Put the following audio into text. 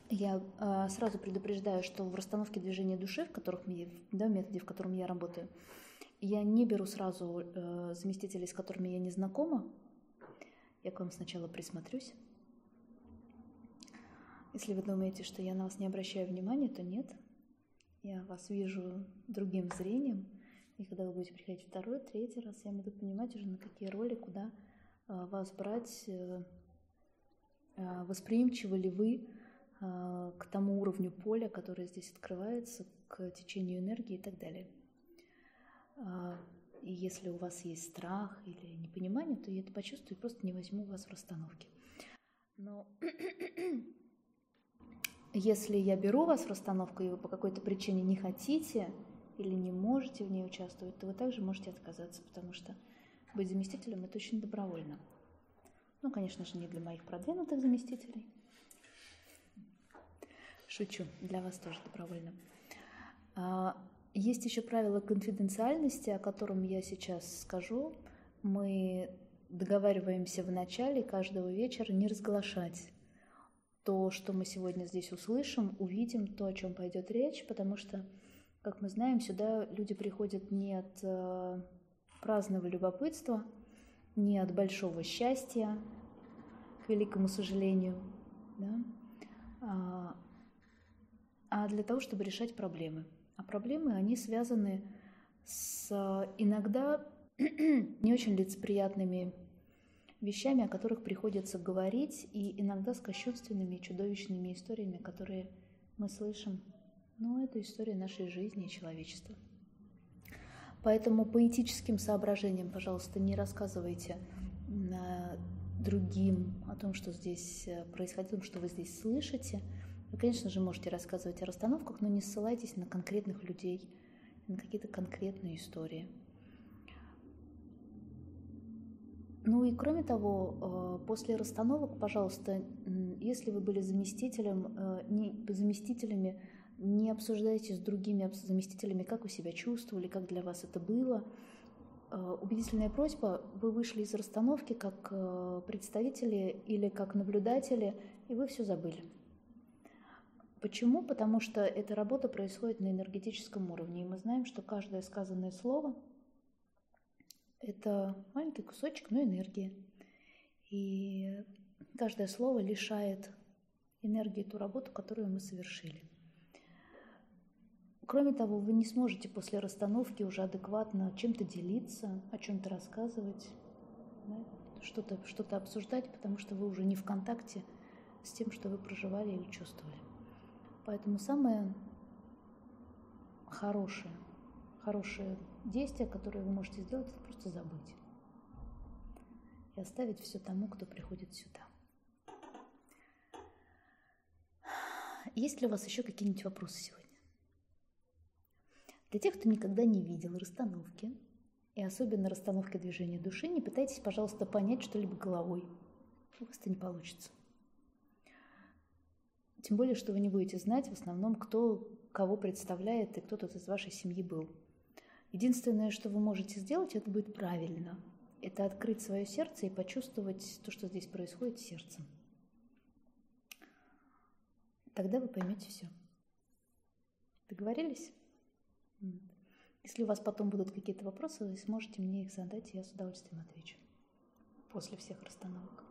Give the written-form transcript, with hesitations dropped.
Я сразу предупреждаю, что в расстановке движения души, в методе, в котором я работаю, я не беру сразу заместителей, с которыми я не знакома. Я к вам сначала присмотрюсь. Если вы думаете, что я на вас не обращаю внимания, то нет. Я вас вижу другим зрением. И когда вы будете приходить второй, третий раз, я буду понимать уже, на какие роли, куда вас брать, восприимчивы ли вы к тому уровню поля, которое здесь открывается, к течению энергии и так далее. И если у вас есть страх или непонимание, то я это почувствую и просто не возьму вас в расстановке. Но если я беру вас в расстановку, и вы по какой-то причине не хотите или не можете в ней участвовать, то вы также можете отказаться, потому что быть заместителем – это очень добровольно. Ну, конечно же, не для моих продвинутых заместителей. Шучу, для вас тоже добровольно. Есть еще правило конфиденциальности, о котором я сейчас скажу. Мы договариваемся в начале каждого вечера не разглашать то, что мы сегодня здесь услышим, увидим, то, о чем пойдет речь, потому что, как мы знаем, сюда люди приходят не от праздного любопытства, не от большого счастья, к великому сожалению, да? А для того, чтобы решать проблемы. А проблемы, они связаны с иногда не очень лицеприятными вещами, о которых приходится говорить, и иногда с кощунственными и чудовищными историями, которые мы слышим. Но это история нашей жизни и человечества. Поэтому по этическим соображениям, пожалуйста, не рассказывайте другим о том, что здесь происходит, о том, что вы здесь слышите. Вы, конечно же, можете рассказывать о расстановках, но не ссылайтесь на конкретных людей, на какие-то конкретные истории. Ну и кроме того, после расстановок, пожалуйста, если вы были заместителями, не обсуждайте с другими заместителями, как вы себя чувствовали, как для вас это было. Убедительная просьба: вы вышли из расстановки как представители или как наблюдатели, и вы все забыли. Почему? Потому что эта работа происходит на энергетическом уровне, и мы знаем, что каждое сказанное слово – это маленький кусочек, но энергии. И каждое слово лишает энергии ту работу, которую мы совершили. Кроме того, вы не сможете после расстановки уже адекватно чем-то делиться, о чем-то рассказывать, да, что-то обсуждать, потому что вы уже не в контакте с тем, что вы проживали или чувствовали. Поэтому самое хорошее действие, которое вы можете сделать, это просто забыть и оставить все тому, кто приходит сюда. Есть ли у вас еще какие-нибудь вопросы сегодня? Для тех, кто никогда не видел расстановки, и особенно расстановки движения души, не пытайтесь, пожалуйста, понять что-либо головой. У вас это не получится. Тем более, что вы не будете знать в основном, кто кого представляет и кто тут из вашей семьи был. Единственное, что вы можете сделать, это будет правильно. Это открыть свое сердце и почувствовать то, что здесь происходит сердцем. Тогда вы поймете все. Договорились? Если у вас потом будут какие-то вопросы, вы сможете мне их задать, и я с удовольствием отвечу после всех расстановок.